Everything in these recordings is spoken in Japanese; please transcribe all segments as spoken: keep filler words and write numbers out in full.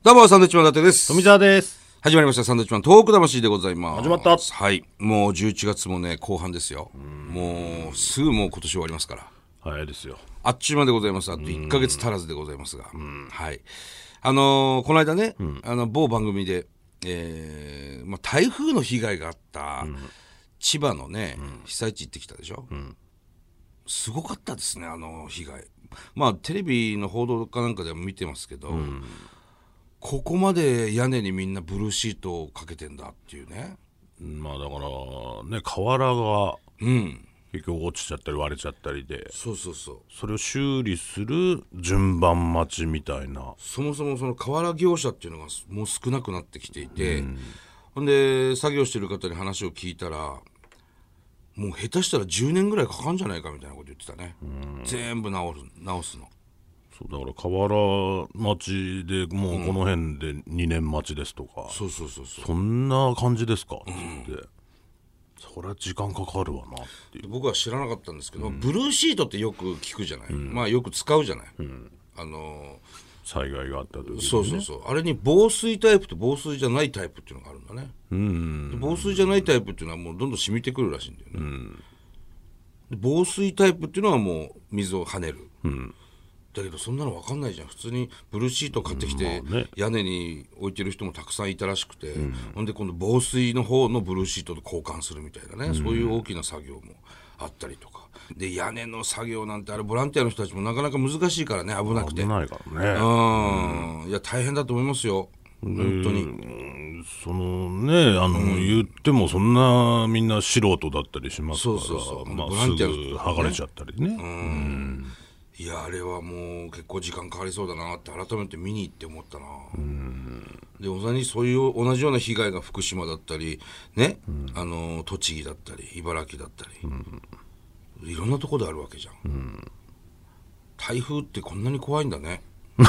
どうもサンドウィッチマン伊達です。 富澤です。 始まりましたサンドウィッチマントーク魂でございます。 始まった。 はい、もうじゅういちがつもね後半ですよ。もうすぐもう今年終わりますから。 早いですよ。 あっちゅう間でございます。あといっかげつ足らずでございますが、はい。あのー、この間ね、うん、あの某番組で、えーまあ、台風の被害があった千葉のね、うん、被災地行ってきたでしょ、うん、すごかったですね、あの被害。まあテレビの報道かなんかでも見てますけど、うん、ここまで屋根にみんなブルーシートをかけてんだっていうね。 まあだからね、瓦が、うん結局落ちちゃったり割れちゃったりで、 そうそうそう、 それを修理する順番待ちみたいな。 そもそもその瓦業者っていうのがもう少なくなってきていて、うん、ほんで作業してる方に話を聞いたら、もう下手したらじゅうねんぐらいかかるんじゃないかみたいなこと言ってたね、うん、全部直る直すの。 そうだから瓦待ちでもうこの辺でにねん待ちですとか、うん、 そうそうそうそう、 そんな感じですかって言って、うん、そりゃ時間かかるわなっていう。 僕は知らなかったんですけど、うん、ブルーシートってよく聞くじゃない、うん、まあよく使うじゃない、うん、あの災害があった時に、ね、 そうそうそう、あれに防水タイプと防水じゃないタイプっていうのがあるんだね。うん、防水じゃないタイプっていうのはもうどんどん染みてくるらしいんだよね、うん、防水タイプっていうのはもう水を跳ねる、うん、だけどそんなの分かんないじゃん。普通にブルーシート買ってきて、うんまあね、屋根に置いてる人もたくさんいたらしくて、うん、ほんで今度防水の方のブルーシートと交換するみたいなね、うん、そういう大きな作業もあったりとかで、屋根の作業なんてあれボランティアの人たちもなかなか難しいからね、危なくて。 危ないからね、 うんうん、いや大変だと思いますよ本当に。 そのね、あの、うん、言ってもそんなみんな素人だったりしますから、 そうそうそう、 まあ、ボランティアの人、ね、すぐ剥がれちゃったりね、うんうんいやあれはもう結構時間かかりそうだなって改めて見に行って思ったな。うんでおさにそういう同じような被害が福島だったりね、うん、あの栃木だったり茨城だったり、うん、いろんなところであるわけじゃん、うん、台風ってこんなに怖いんだね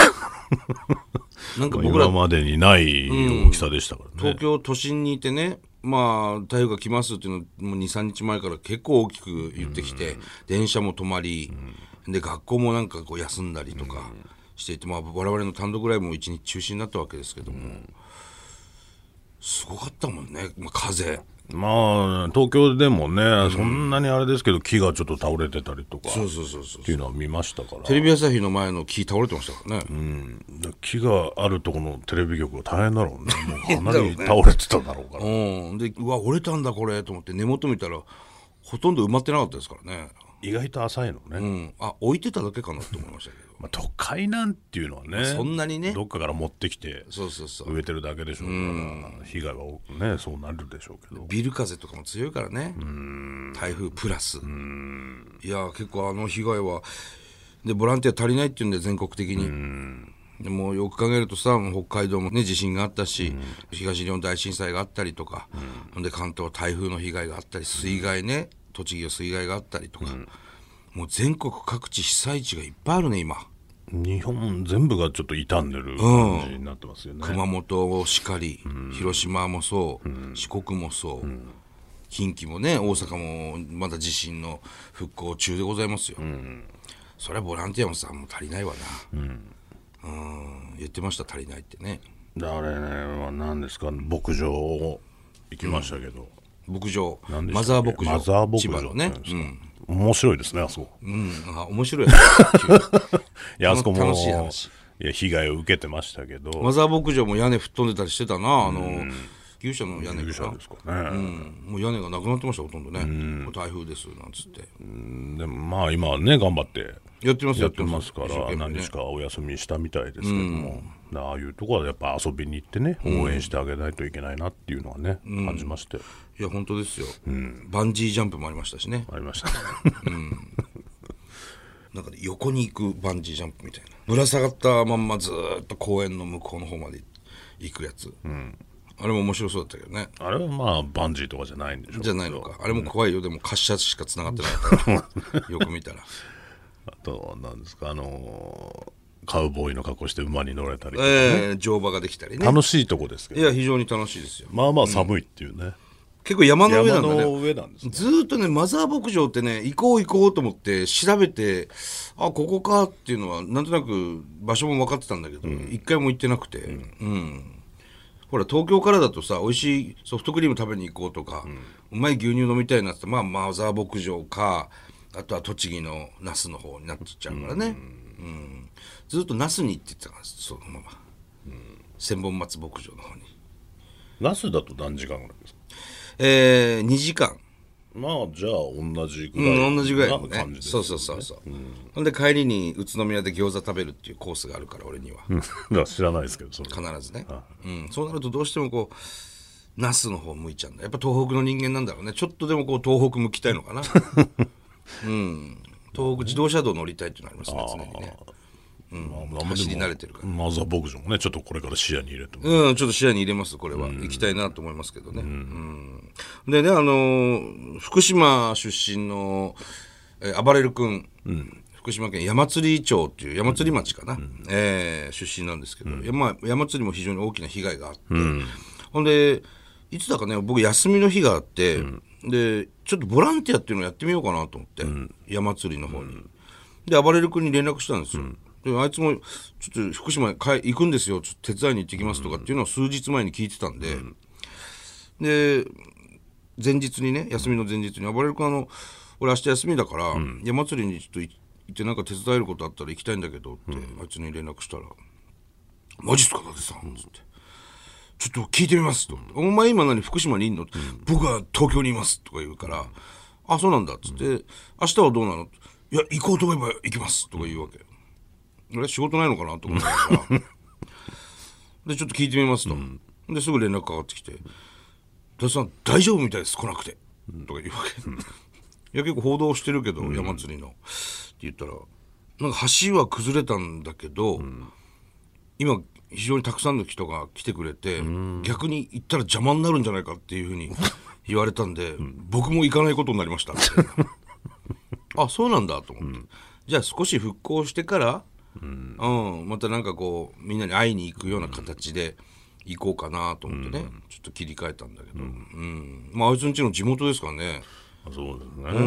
なんか僕ら今までにない大きさでしたからね、 うん、東京都心にいてね、まあ台風が来ますっていうのをにさんにちまえから結構大きく言ってきて、うん、電車も止まり、うん、で学校もなんかこう休んだりとかしていて、まあ、我々の単独ライブも一日中止になったわけですけども、うん、すごかったもんね、まあ、風。 まあ東京でもね、うん、そんなにあれですけど木がちょっと倒れてたりとかっていうのは見ましたから。 テレビ朝日の前の木倒れてましたからね、 うん、木があるところのテレビ局は大変だろうね。もうかなり倒れてただろうからうん、でうわ折れたんだこれと思って根元見たらほとんど埋まってなかったですからね。 意外と浅いのね、 うん、あ置いてただけかなと思いましたけどまあ都会なんていうのはね、 そんなにねどっかから持ってきて植えてるだけでしょうから、うん、被害はねそうなるでしょうけど、 ビル風とかも強いからね、うん台風プラス、うんいや結構あの被害はでボランティア足りないっていうんで全国的に、うんでもよく考えるとさ、北海道もね地震があったし、うん、東日本大震災があったりとか、うん、で関東台風の被害があったり、水害ね、栃木の水害があったりとか、うん、もう全国各地被災地がいっぱいあるね今。 日本全部がちょっと傷んでる感じになってますよね、 うん、熊本しかり、うん、広島もそう、うん、四国もそう、うん、近畿もね、大阪もまだ地震の復興中でございますよ、うん、それはボランティアもさもう足りないわな、うんうん、言ってました足りないってね。 あれね、何ですか、牧場行きましたけど、 うん、牧場マザー牧場、 マザー牧場千葉のね、 うん、面白いですねあそこ、 うん、あ面白いいやあそこも楽しい話、 いや被害を受けてましたけど、 マザー牧場も屋根吹っ飛んでたりしてたな、あの、うん牛舎の屋根が牛舎ですかね、 うん、もう屋根がなくなってましたほとんどね、うん、台風ですなんつって、 うん、でもまあ今はね頑張ってやってますやってますから、何日かお休みしたみたいですけども、うん、ああいうところはやっぱ遊びに行ってね応援してあげないといけないなっていうのはね、うん、感じまして、 いや本当ですよ、うん、バンジージャンプもありましたしね、 ありました、うん、 なんか、ね、横に行くバンジージャンプみたいな、ぶら下がったまんまずっと公園の向こうの方まで行くやつ、うんあれも面白そうだったけどね。 あれはまあバンジーとかじゃないんでしょうじゃないのか。あれも怖いよ、うん、でも滑車しか繋がってなかったからよく見たら。 あと何ですか、あのー、カウボーイの格好して馬に乗れたりとか、 ね、えー、乗馬ができたりね。 楽しいとこですけど、 いや非常に楽しいですよ。 まあまあ寒いっていうね、うん、 結構山の上なんだね。 山の上なんですね。 ずーっとねマザー牧場ってね行こう行こうと思って調べて、あここかっていうのはなんとなく場所も分かってたんだけど、一回も行ってなくて、うんうんほら東京からだとさ美味しいソフトクリーム食べに行こうとか、うまい牛乳飲みたいなってまあマザー牧場かあとは栃木の那須の方になっちゃうからね、うん、ずっと那須に行ってたからそのまま、うん、千本松牧場の方に。 那須だと何時間ぐらいですか？ えー、にじかん。 まあじゃあ同じぐらい、 うん、同じぐらいのね感じですそうそうそうそう、うん、ほんで帰りに宇都宮で餃子食べるっていうコースがあるから俺には知らないですけどそれ必ずね、うん、そうなるとどうしてもこう那須の方向いちゃうんだ。やっぱ東北の人間なんだろうね。ちょっとでもこう東北向きたいのかなうん、東北自動車道乗りたいっていうのありますね常にね、うんまあ、走り慣れてるから。 マザー牧場もねちょっとこれから視野に入れてもうんちょっと視野に入れますこれは、うん、行きたいなと思いますけどね、うんうん、でねあのー、福島出身の、えー、暴れる君、うん、福島県山釣町っていう山釣町かな、うんえー、出身なんですけど、うんまあ、山釣りも非常に大きな被害があって、うん、ほんでいつだかね僕休みの日があって、うん、でちょっとボランティアっていうのをやってみようかなと思って、うん、山釣りの方に、うん、で暴れる君に連絡したんですよ、うんであいつもちょっと福島に行くんですよちょっと手伝いに行ってきますとかっていうのを数日前に聞いてたんで、うん、で前日にね休みの前日に暴れる君あの俺明日休みだから、うん、山釣りにちょっと行ってなんか手伝えることあったら行きたいんだけどって、うん、あいつに連絡したらマジっすか伊達さんつって、ちょっと聞いてみますと、うん、お前今何福島にいんの、うん、僕は東京にいますとか言うから、うん、あそうなんだっつって、うん、明日はどうなのいや行こうと思えば行きますとか言うわけ、俺仕事ないのかなと思ったからでちょっと聞いてみますと、うん、ですぐ連絡かかってきて伊達さん大丈夫みたいです来なくて、うん、とか言うわけ、うん、いや結構報道してるけど、うん、山釣りのって言ったらなんか橋は崩れたんだけど、うん、今非常にたくさんの人が来てくれて、うん、逆に行ったら邪魔になるんじゃないかっていうふうに言われたんで、うん、僕も行かないことになりましたみたいなあそうなんだと思って、うん、じゃあ少し復興してからうんうん、またなんかこうみんなに会いに行くような形で行こうかなと思ってね、うん、ちょっと切り替えたんだけど、うんうんまあ、あいつんちの地元ですからね。 あそうですね、 うん、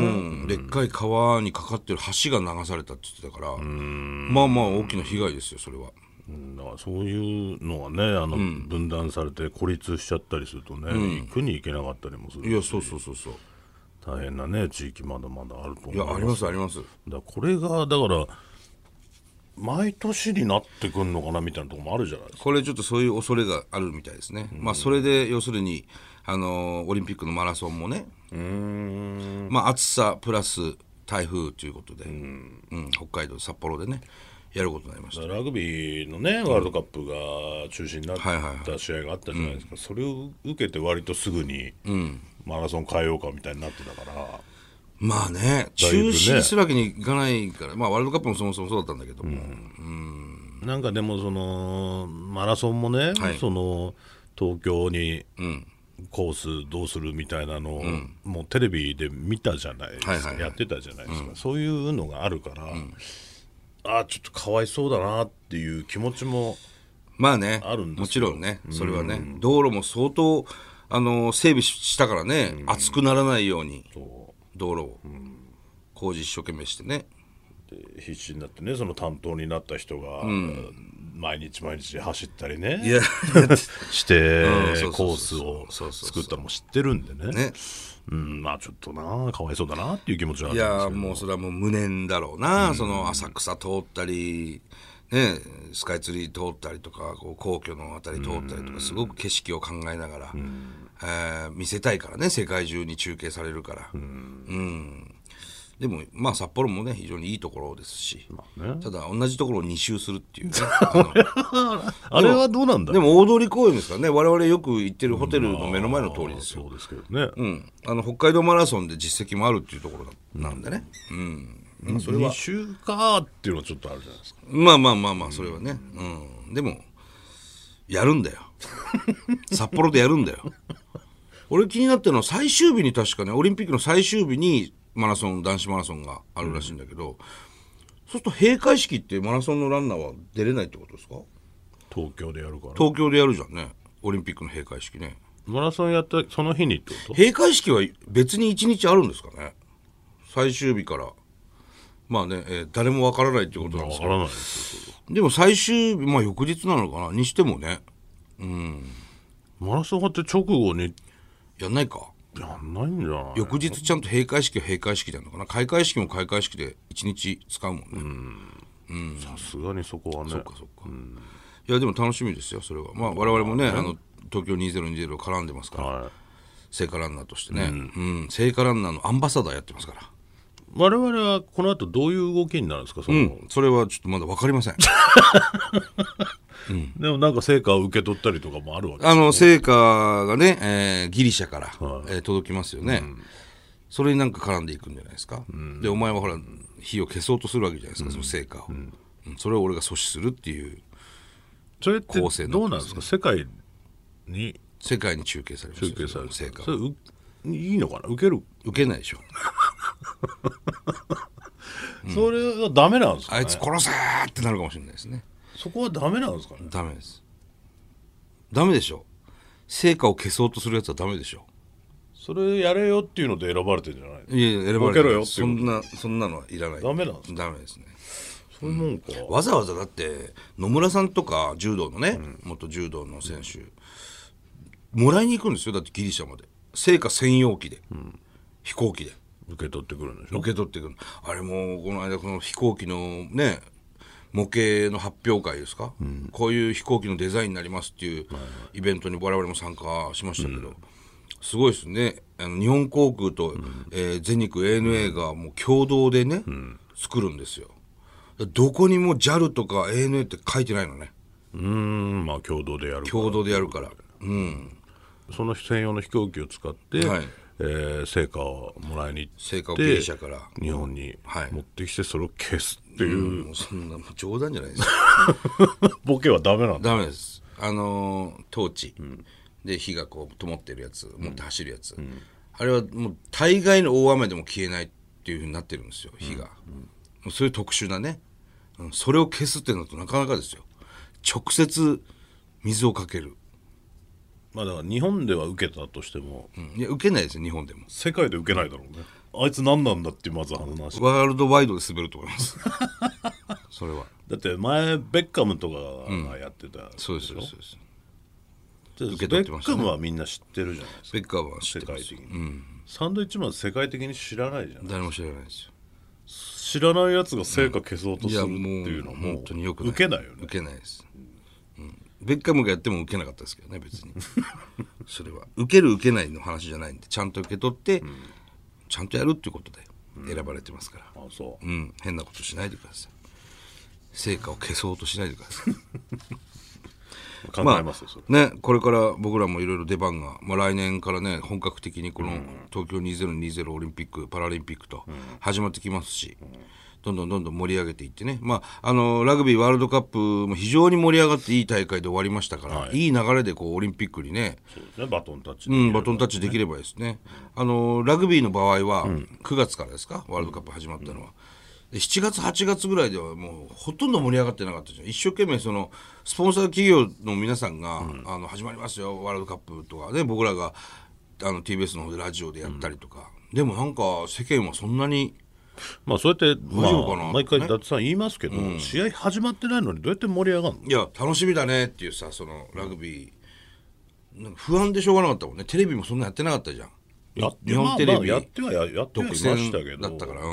でっかい川にかかってる橋が流されたって言ってたから、うんまあまあ大きな被害ですよそれは。 だからそういうのはねあの、うん、分断されて孤立しちゃったりするとね、うん、行くに行けなかったりもするしいやそうそうそうそう大変なね地域まだまだあると思います。 いやありますあります。 だこれがだから毎年になってくんのかなみたいなところもあるじゃないですか。 これちょっとそういう恐れがあるみたいですね、うんまあ、それで要するにあのオリンピックのマラソンもねうーん、まあ、暑さプラス台風ということで、うんうん、北海道札幌でねやることになりました。 ラグビーのねワールドカップが中止になった試合があったじゃないですか、それを受けて割とすぐにマラソン変えようかみたいになってたから、 まあね中止するわけにいかないから、まあ、ワールドカップもそもそもそうだったんだけども、うんうん、なんかでもそのマラソンもね、はい、その東京にコースどうするみたいなのを、うん、もうテレビで見たじゃないですか、はいはいはい、やってたじゃないですか、うん、そういうのがあるから、うん、ああちょっとかわいそうだなっていう気持ちもまあねあるんですもちろんねそれはね、うん、道路も相当あの整備したからね、うん、熱くならないように道路を工事一生懸命してねで必死になってねその担当になった人が、うん、毎日毎日走ったりねいやしてコースを作ったのも知ってるんでね、ねうん、まあちょっとなかわいそうだなっていう気持ちはあるんですけど。 いやもうそれはもう無念だろうな、うん、その浅草通ったりね、スカイツリー通ったりとかこう皇居のあたり通ったりとかすごく景色を考えながら、うんえー、見せたいからね世界中に中継されるから、うんうん、でもまあ札幌もね非常にいいところですし、まあね、ただ同じところをに周するっていうねあ, あれはどうなんだ。 でも大通公園ですからね我々よく行ってるホテルの目の前の通りですよ、 うんまあ、そうですけどね、 うん、あの北海道マラソンで実績もあるっていうところなんでね、うんうんまあ、それはに周かっていうのはちょっとあるじゃないですか。 まあまあまあまあそれはね、うんうん、でもやるんだよ札幌でやるんだよ俺気になってるのは最終日に確かねオリンピックの最終日にマラソン男子マラソンがあるらしいんだけど、うん、そうすると閉会式ってマラソンのランナーは出れないってことですか。 東京でやるから東京でやるじゃんねオリンピックの閉会式ね。 マラソンやったその日にってこと？ 閉会式は別にいちにちあるんですかね、最終日から。まあね、えー、誰もわからないってことなんですけど、 わからないですよ。 でも最終日、まあ翌日なのかなにしてもね、うん、 マラソンって直後にやんないか、 やんないんじゃない？ 翌日ちゃんと閉会式は閉会式なのかな、開会式も開会式でいちにち使うもんね。 さすがにそこはね。 そっかそっか、うん、いやでも楽しみですよそれは。まあ我々もね、あの東京にせんにじゅう絡んでますから、はい、聖火ランナーとしてね、うんうん、聖火ランナーのアンバサダーやってますから。 我々はこの後どういう動きになるんですか？その、 うん、それはちょっとまだ分かりません、 うん、でもなんか成果を受け取ったりとかもあるわけですよ。あの成果がね、えー、ギリシャから、はい、えー、届きますよね、うん、それになんか絡んでいくんじゃないですか、うん、でお前はほら火を消そうとするわけじゃないですか、うん、その成果を、うんうん、それを俺が阻止するっていうそれってどうなんですか？世界に世界に中継されますよ、 中継される成果それいいのかな？受ける？ 受けないでしょうん、それはダメなんですかね？ あいつ殺せーってなるかもしれないですね。 そこはダメなんですかね？ ダメです。ダメでしょ。成果を消そうとするやつはダメでしょ。 それやれよっていうので選ばれてるんじゃない？ いや選ばれてるよってそんなそんなのはいらない。 ダメなんですか？ ダメですね。 そういうもんか、 うん、わざわざだって野村さんとか柔道のね、うん、元柔道の選手、うん、もらいに行くんですよ。だってギリシャまで成果専用機で、うん、飛行機で受け取ってくるんでしょ？ 受け取ってくる。あれもこの間この飛行機のね模型の発表会ですか、うん、こういう飛行機のデザインになりますっていうイベントに我々も参加しましたけど、うん、すごいですね。あの日本航空と、うんえー、全日空 エーエヌエー がもう共同でね、うん、作るんですよ。どこにも ジャル とか エーエヌエー って書いてないのね。 うーんまあ共同でやるから共同でやるから、うん、 その専用の飛行機を使って、はいえー、成果をもらいに行って成果をギリシャから日本に持ってきてそれを消すっていう、うん、 もうそんな冗談じゃないですボケはダメなんだ。 ダメです。あのー、トーチ、うん、で火がこう灯ってるやつ持って走るやつ、うん、あれはもう大概の大雨でも消えないっていう風になってるんですよ火が、うんうん、もうそういう特殊なね、うん、それを消すっていうのとなかなかですよ。直接水をかける。 まあだから日本では受けたとしても、 うん、いや受けないですよ日本でも。 世界で受けないだろうね。あいつ何なんだってまず話。 ワールドワイドで滑ると思いますそれはだって前ベッカムとかがやってた、うん、 そうですそうですそうです。 受け取ってましたね。ベッカムはみんな知ってるじゃないですか。 ベッカムは知ってます。 世界的に、うん、サンドイッチマン世界的に知らないじゃないですか。 誰も知らないですよ。 知らないやつが成果消そうとするっていうのはもう受けないよね。 受けないです、うん、ベッカムがやっても受けなかったですけどね別にそれは受ける受けないの話じゃないんでちゃんと受け取って、うん、ちゃんとやるっていうことで選ばれてますから、 うん、あそう、 うん、変なことしないでください。成果を消そうとしないでください考えますよ、それ。 まあね、これから僕らもいろいろ出番が、まあ、来年からね本格的にこの東京にせんにじゅうオリンピックパラリンピックと始まってきますし、うん、どんどんどんどん盛り上げていってね、まあ、あのラグビーワールドカップも非常に盛り上がっていい大会で終わりましたから、はい、いい流れでこうオリンピックにね、 そうですね、バトンタッチ、 うん、バトンタッチできればですね、あのラグビーの場合はくがつからですか、ワールドカップ始まったのは。でしちがつはちがつぐらいではもうほとんど盛り上がってなかったじゃん。一生懸命そのスポンサー企業の皆さんが、うん、あの始まりますよワールドカップとかね、僕らがあの ティービーエス の方でラジオでやったりとか、うん、でもなんか世間はそんなにまあそうやって、まあ、毎回伊達さん言いますけど、うん、試合始まってないのにどうやって盛り上がるの？ いや楽しみだねっていうさ、そのラグビーなんか不安でしょうがなかったもんね。テレビもそんなやってなかったじゃん。 や日本テレビ、まあまあ、やっては や, やってはいましたけどだったから、うん、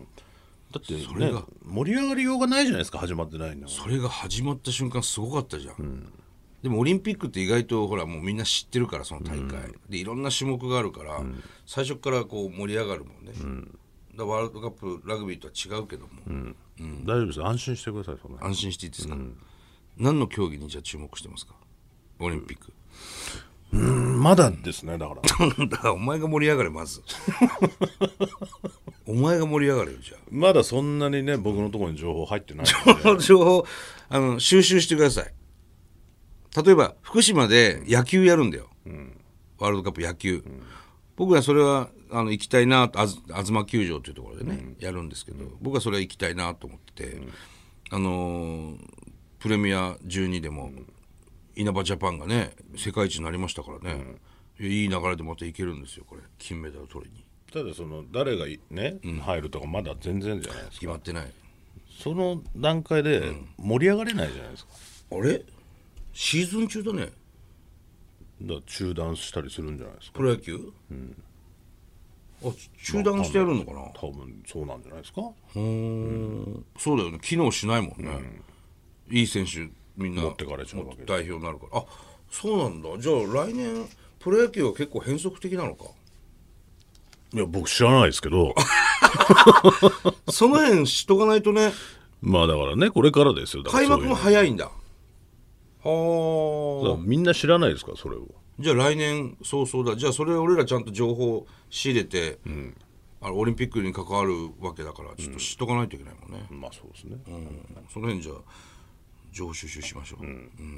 だって、ね、それが盛り上がりようがないじゃないですか、始まってないの。 それが始まった瞬間すごかったじゃん、うん、でもオリンピックって意外とほらもうみんな知ってるからその大会、うん、でいろんな種目があるから、うん、最初からこう盛り上がるもんね、うん、だワールドカップラグビーとは違うけども、うんうん、大丈夫です、安心してください。その安心していいですか、うん、何の競技にじゃあ注目してますかオリンピック。 うーんまだですね。だからだからお前が盛り上がれまずお前が盛り上がれよ。じゃあまだそんなにね僕のところに情報入ってないので情報あの収集してください。例えば福島で野球やるんだよ、うん、ワールドカップ野球、うん、僕はそれはあの行きたいなと、あず東球場というところでね、うん、やるんですけど、僕はそれは行きたいなと思ってて、うん、あのー、プレミアじゅうにでも、うん稲葉ジャパンがね世界一になりましたからね、 いい流れでまたいけるんですよこれ金メダル取りに。 ただその誰がね、うん、入るとかまだ全然じゃないですか。 決まってない。 その段階で盛り上がれないじゃないですか、 うん、あれシーズン中だね。だから中断したりするんじゃないですかプロ野球、うん、あ中断してやるのかな。 多分そうなんじゃないですか。 うん、そうだよね機能しないもんね、うん、いい選手みんな持ってかれちゃうわけ代表になるから。あそうなんだ。じゃあ来年プロ野球は結構変則的なのか。 いや僕知らないですけどその辺知っとかないとね。 まあだからねこれからですよ。だから開幕も早いんだ。はあみんな知らないですかそれを。 じゃあ来年早々だ。じゃあそれ俺らちゃんと情報仕入れて、うん、あのオリンピックに関わるわけだからちょっと知っとかないといけないもんね、 うん、まあそうですね、うん、 その辺じゃあ情報収集しましょう、うんうん、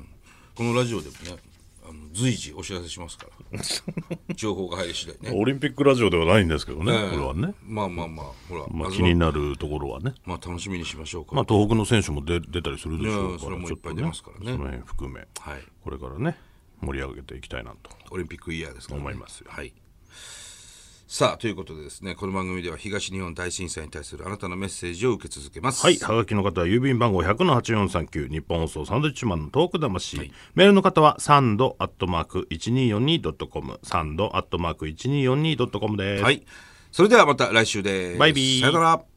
このラジオでもねあの随時お知らせしますから情報が入り次第ね。 オリンピックラジオではないんですけどね、えー、これはねまあまあまあほら、 まあ、気になるところはねまあ楽しみにしましょうか。 まあ東北の選手も出出たりするでしょうから、 それもいっぱい出ますからね、 その辺含め、はい、これからね盛り上げていきたいなとオリンピックイヤーですから、ね、 思いますよ。 はい。さあということでですねこの番組では東日本大震災に対するあなたのメッセージを受け続けます。 はい。はがきの方は郵便番号 ひゃくのはちよんさんきゅう 日本放送サンドウィッチマンのトーク魂、はい、メールの方はサンドアットマーク いちにーよんにードットコム サンドアットマーク いちにーよんにードットコム です。 はい。それではまた来週です。 バイビー。 さよなら。